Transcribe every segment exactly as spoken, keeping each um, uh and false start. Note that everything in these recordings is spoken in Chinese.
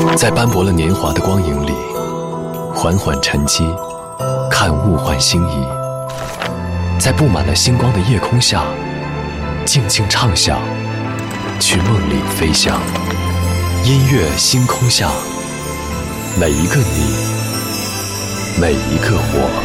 在斑驳了年华的光影里，缓缓沉积，看物换星移。在布满了星光的夜空下，静静畅想，去梦里飞翔。音乐星空下，每一个你，每一个我。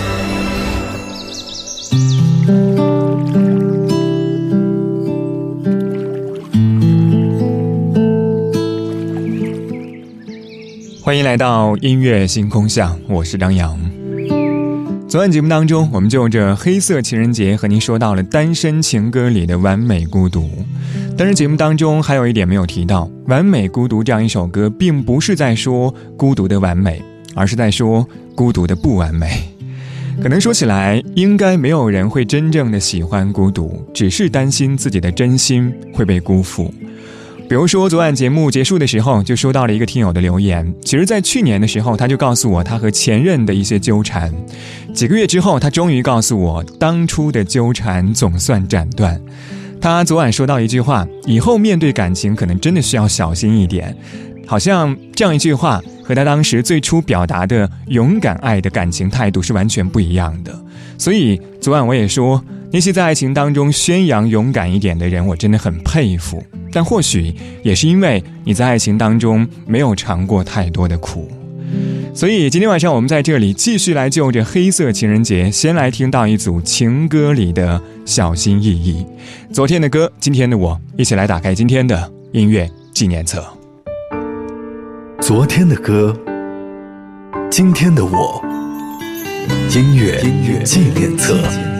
欢迎来到音乐星空下，我是张扬。昨晚节目当中，我们就着黑色情人节和您说到了单身情歌里的完美孤独。但是节目当中还有一点没有提到，完美孤独这样一首歌并不是在说孤独的完美，而是在说孤独的不完美。可能说起来应该没有人会真正的喜欢孤独，只是担心自己的真心会被辜负。比如说昨晚节目结束的时候就收到了一个听友的留言，其实在去年的时候他就告诉我他和前任的一些纠缠，几个月之后他终于告诉我当初的纠缠总算斩断。他昨晚说到一句话，以后面对感情可能真的需要小心一点，好像这样一句话和他当时最初表达的勇敢爱的感情态度是完全不一样的。所以昨晚我也说，那些在爱情当中宣扬勇敢一点的人我真的很佩服，但或许也是因为你在爱情当中没有尝过太多的苦。所以今天晚上我们在这里继续来就着黑色情人节，先来听到一组情歌里的小心翼翼。昨天的歌，今天的我，一起来打开今天的音乐纪念册。 昨天的歌，今天的我，音乐纪念册。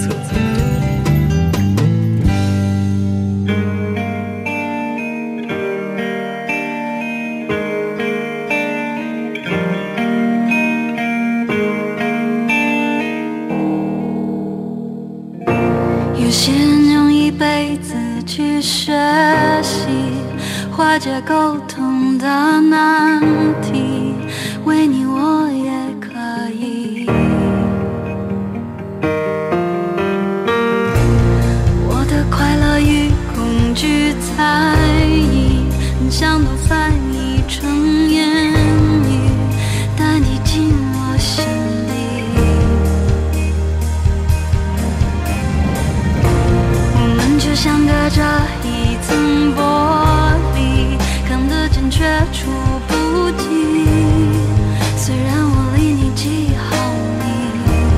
有些人用一辈子去学习化解沟通的难题，为你我也可以。我的快乐与恐惧猜疑，很想都翻译成言语，但你进我心里。我们就像隔着一层玻璃，看得见却触不及，虽然我离你几毫米。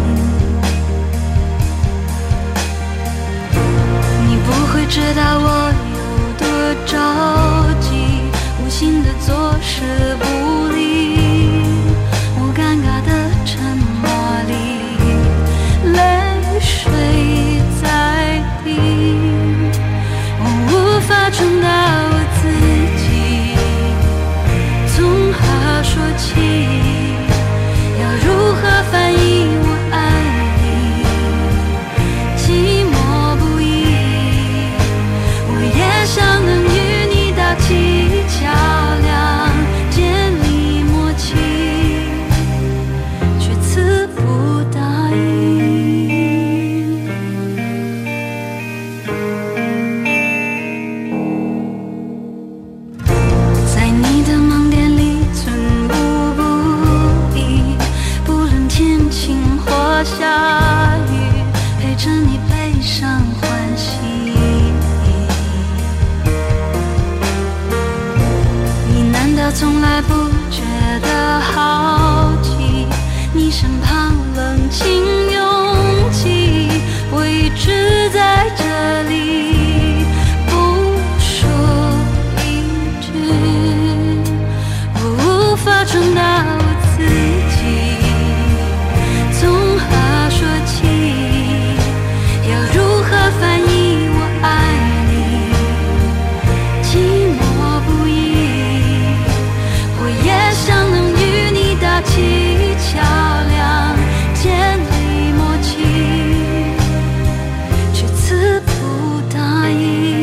你不会知道我有多着急，无心的坐视不理，我尴尬的沉默里，泪水在滴，我无法传达我自己，从何说起，要如何翻译我爱你，寂寞不已，我也想能与你打起桥梁，建立默契，却词不达意。在你的盲点里寸步不移，不论天晴或下雨，陪着你悲伤欢喜。你难道从来不觉得好奇，你身旁冷清拥挤，我一直在这里不说一句，我无法传达我自己，从何说起，要如何翻译我爱你，寂寞不已，我也想能与你打起桥梁，建立默契，却词不达意。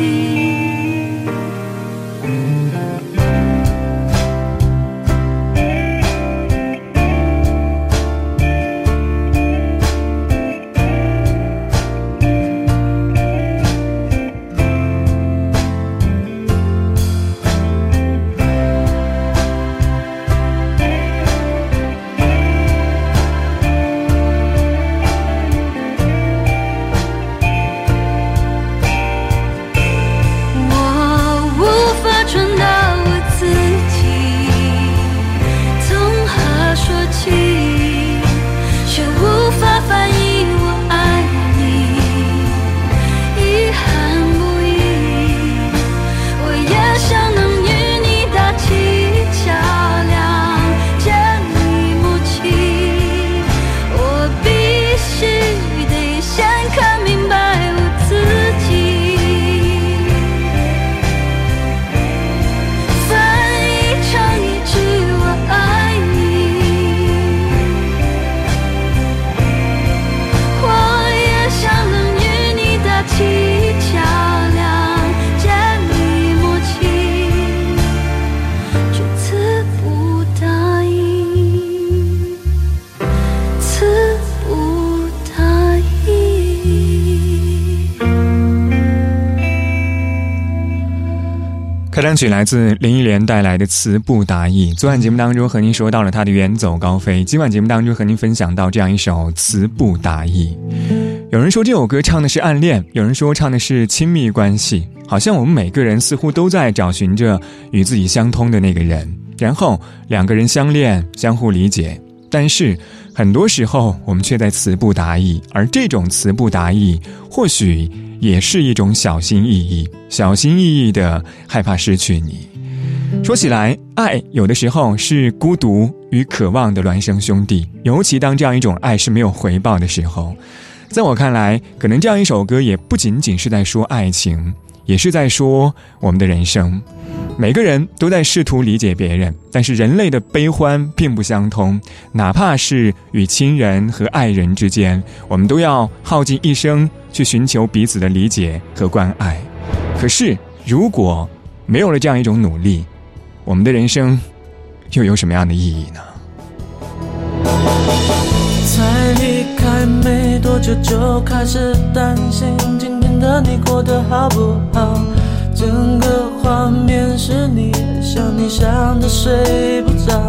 开场曲来自林忆莲带来的词不达意。昨晚节目当中和您说到了她的远走高飞，今晚节目当中和您分享到这样一首词不达意。有人说这首歌唱的是暗恋，有人说唱的是亲密关系，好像我们每个人似乎都在找寻着与自己相通的那个人，然后两个人相恋，相互理解，但是很多时候我们却在词不达意，而这种词不达意或许也是一种小心翼翼，小心翼翼的害怕失去你。说起来，爱有的时候是孤独与渴望的孪生兄弟，尤其当这样一种爱是没有回报的时候。在我看来，可能这样一首歌也不仅仅是在说爱情，也是在说我们的人生。每个人都在试图理解别人，但是人类的悲欢并不相通，哪怕是与亲人和爱人之间，我们都要耗尽一生去寻求彼此的理解和关爱。可是如果没有了这样一种努力，我们的人生又有什么样的意义呢？ 才离开没多久就开始担心今天的你过得好不好，整个画面是你，想你想得睡不着，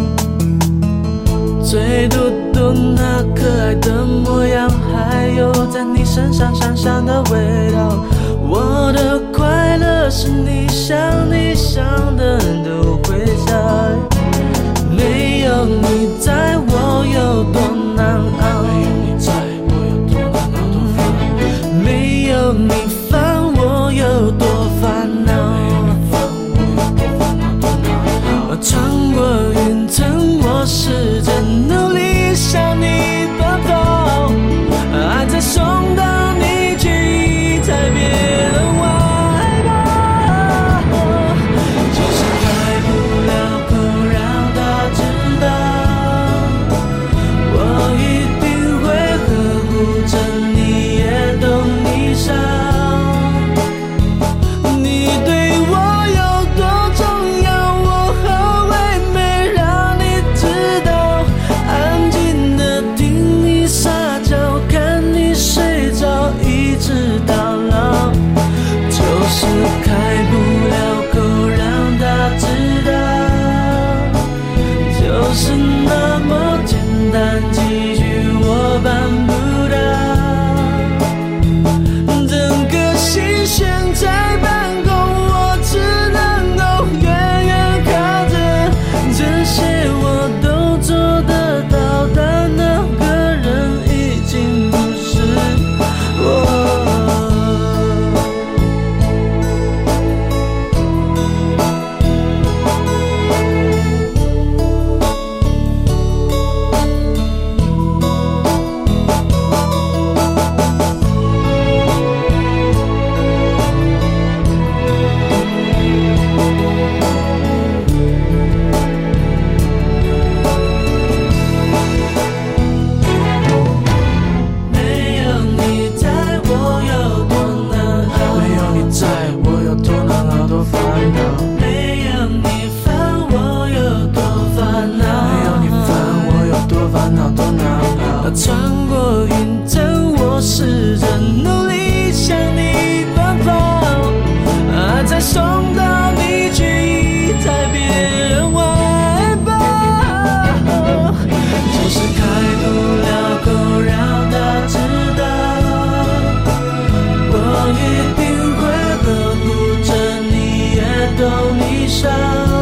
最嘟嘟那可爱的模样，还有在你身上香香的味道。我的快乐是你想你想的都会在，没有你在我有多难熬，没有你在我有多难熬多烦，没有你烦我有多烦恼，穿过云层我试着努力向你奔跑，爱在送到你去才别人外吧，就是开不了口让他知道，我一定会呵护着你也懂你伤，你对我有多重要我很唯美让你知道，安静的听你撒娇看你睡着一直到老，就是开不了口让他知道，就是那么简单几句我办不到，整个心悬在半空我只能够远远看着，这些我都做得到，但那个人已经不是我。穿过云层我试着努力向你奔跑，爱在送到你去才别人外吧，就是开不了口让他知道，我一定会呵护着你也懂你伤，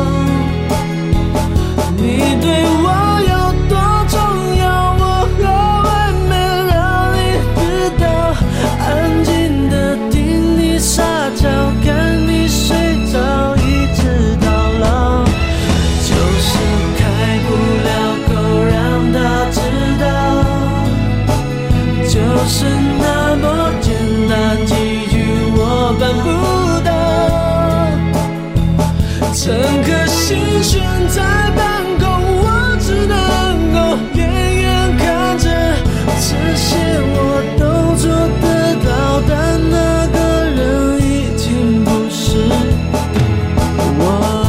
你对我有多重要我安静的听你撒娇看你睡着一直到老，就是开不了口让他知道，就是那么简单几句我办不到，整颗心悬在半空我只能够远远看着，这些我都做得到，但那个人已经不是我。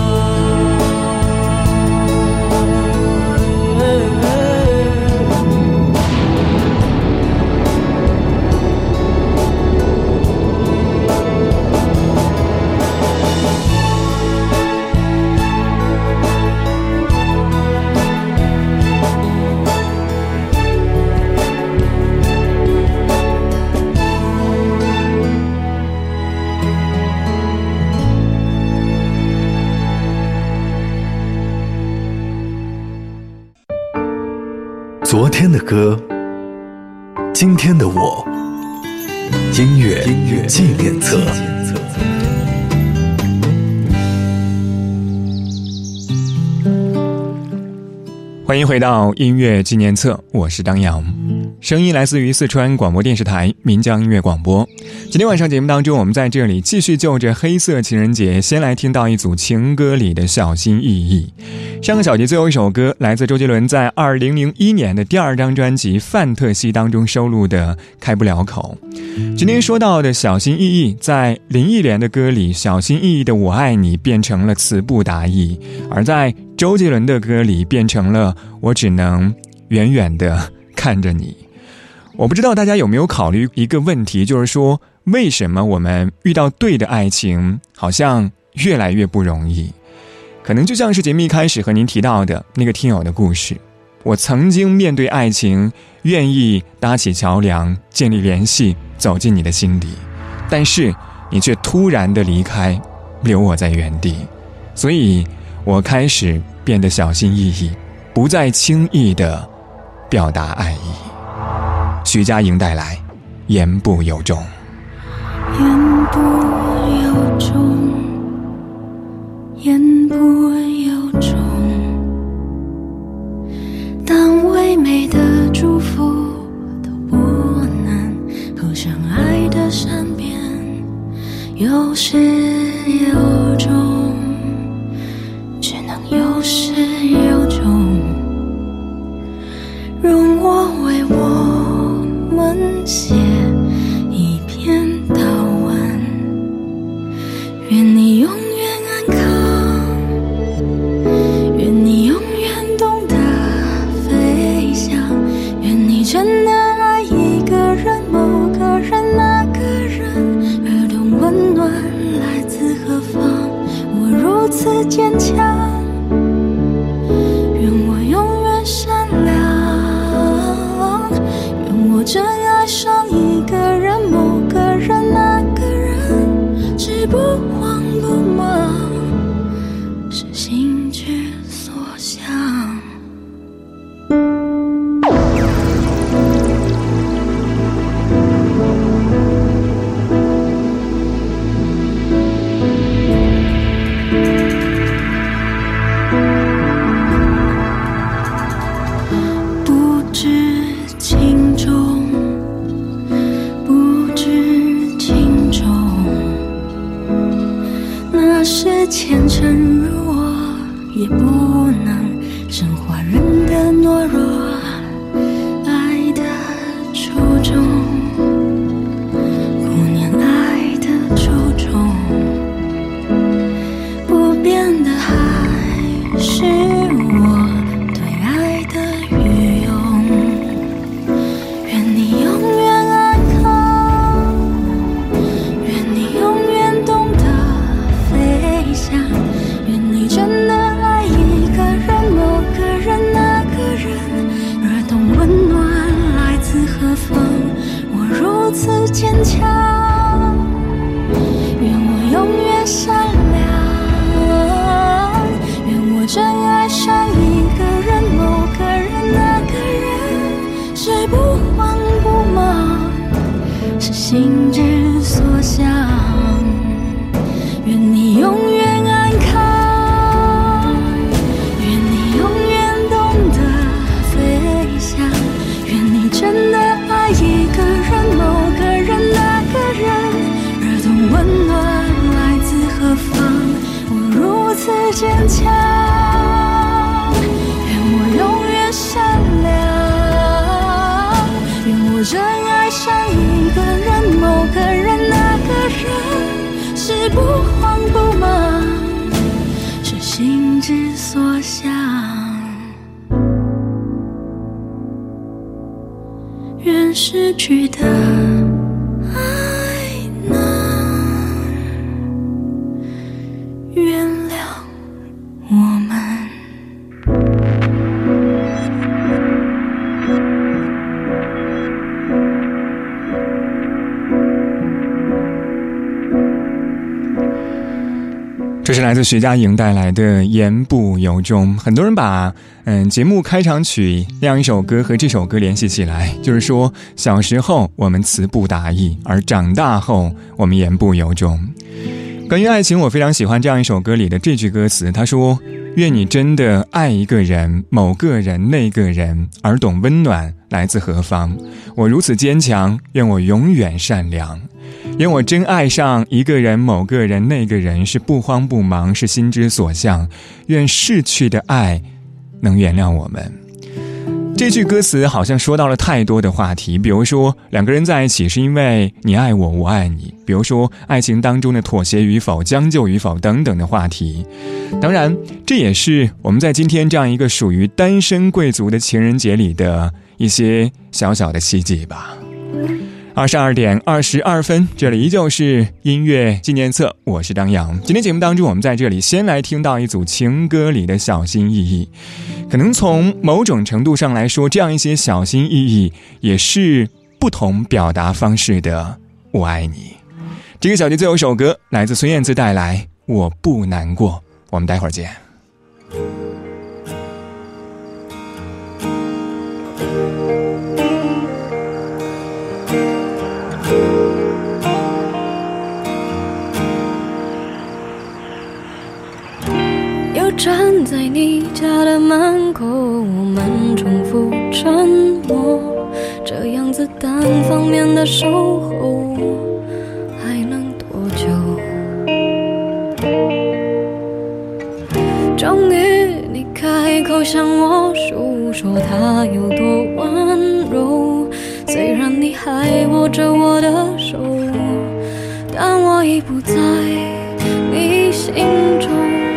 昨天的歌，今天的我，音乐纪念册。 欢迎回到音乐纪念册，我是张扬，声音来自于四川广播电视台岷江音乐广播。今天晚上节目当中，我们在这里继续就着黑色情人节，先来听到一组情歌里的小心翼翼。上个小节最后一首歌来自周杰伦在二零零一年的第二张专辑《范特西》当中收录的《开不了口》。今天说到的小心翼翼，在林忆莲的歌里，小心翼翼的我爱你变成了词不达意，而在周杰伦的歌里变成了我只能远远地看着你。我不知道大家有没有考虑一个问题，就是说为什么我们遇到对的爱情好像越来越不容易。可能就像是节目一开始和您提到的那个听友的故事，我曾经面对爱情愿意搭起桥梁，建立联系，走进你的心里，但是你却突然的离开，留我在原地。所以我开始变得小心翼翼，不再轻易的表达爱意。徐佳莹带来言不由衷。 言不由衷，言不由衷，当唯美的祝福都不能投向爱的善变，有始有终，只能有始有终。容我为我们写一篇祷文，愿你永远安康，愿你永远懂得飞翔，愿你真的爱一个人，某个人，那个人，而懂温暖来自何方。我如此坚强，愿我永远善良，愿我真爱上一个人，某个人，那个人，只不慌不忙，是心之所向。不知轻重，不知轻重，那是虔诚如我，也不能升华人的懦弱，爱的初衷，顾念爱的初衷，不变的还是我对爱的愚用。愿你永远安康，愿你永远懂得飞翔，愿你真的爱一个人，某个人，那个人，而懂温暖来自何方。我如此坚强，愿我永远善良，愿我真爱上一个人，某个人，那个人，是不慌不忙，是心之所向。愿你永远安康，愿你永远懂得飞翔，愿你真的爱一个人，某个人，那个人，而懂温暖来自何方。我如此坚强，愿我永远善良，愿我真爱上一个人，某个人，那个人，是不慌不忙，是心之所向。愿失去的爱能原谅我们。 这是来自徐佳莹带来的言不由衷。很多人把嗯节目开场曲那样一首歌和这首歌联系起来，就是说小时候我们词不达意，而长大后我们言不由衷。关于爱情，我非常喜欢这样一首歌里的这句歌词，他说，愿你真的爱一个人，某个人，那个人，而懂温暖来自何方。我如此坚强，愿我永远善良。愿我真爱上一个人，某个人，那个人，是不慌不忙，是心之所向。愿逝去的爱能原谅我们。这句歌词好像说到了太多的话题，比如说两个人在一起是因为你爱我，我爱你，比如说爱情当中的妥协与否，将就与否等等的话题。当然这也是我们在今天这样一个属于单身贵族的情人节里的一些小小的希冀吧。二十二点二十二分，这里依旧是音乐纪念册，我是张扬。今天节目当中，我们在这里先来听到一组情歌里的小心翼翼。可能从某种程度上来说，这样一些小心翼翼也是不同表达方式的我爱你。这个小节最后一首歌来自孙燕姿带来我不难过，我们待会儿见。 站在你家的门口，我们重复沉默，这样子单方面的守候还能多久？终于你开口向我诉说他有多温柔，虽然你还握着我的手，但我已不在你心中。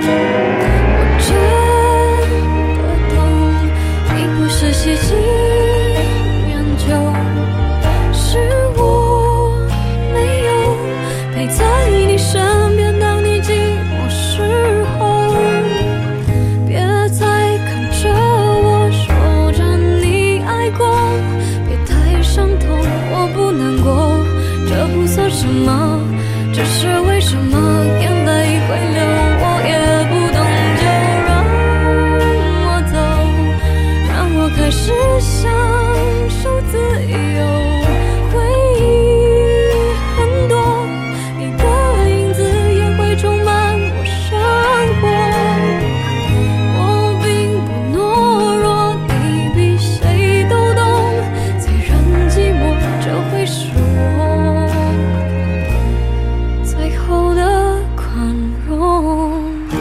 细心研究，是我没有陪在你身边，当你寂寞时候，别再看着我说着你爱过，别太伤痛，我不难过，这不算什么，只是为什么眼泪会流，我也不懂，开始享受自由，回忆很多，你的影子也会充满我生活。我并不懦弱，你比谁都懂，虽然寂寞，这会是我最后的宽容。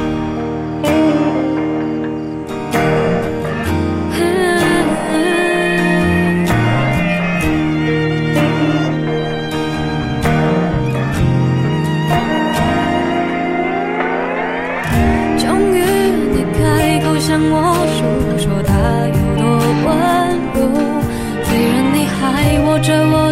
向我诉说他有多温柔，虽然你还握着我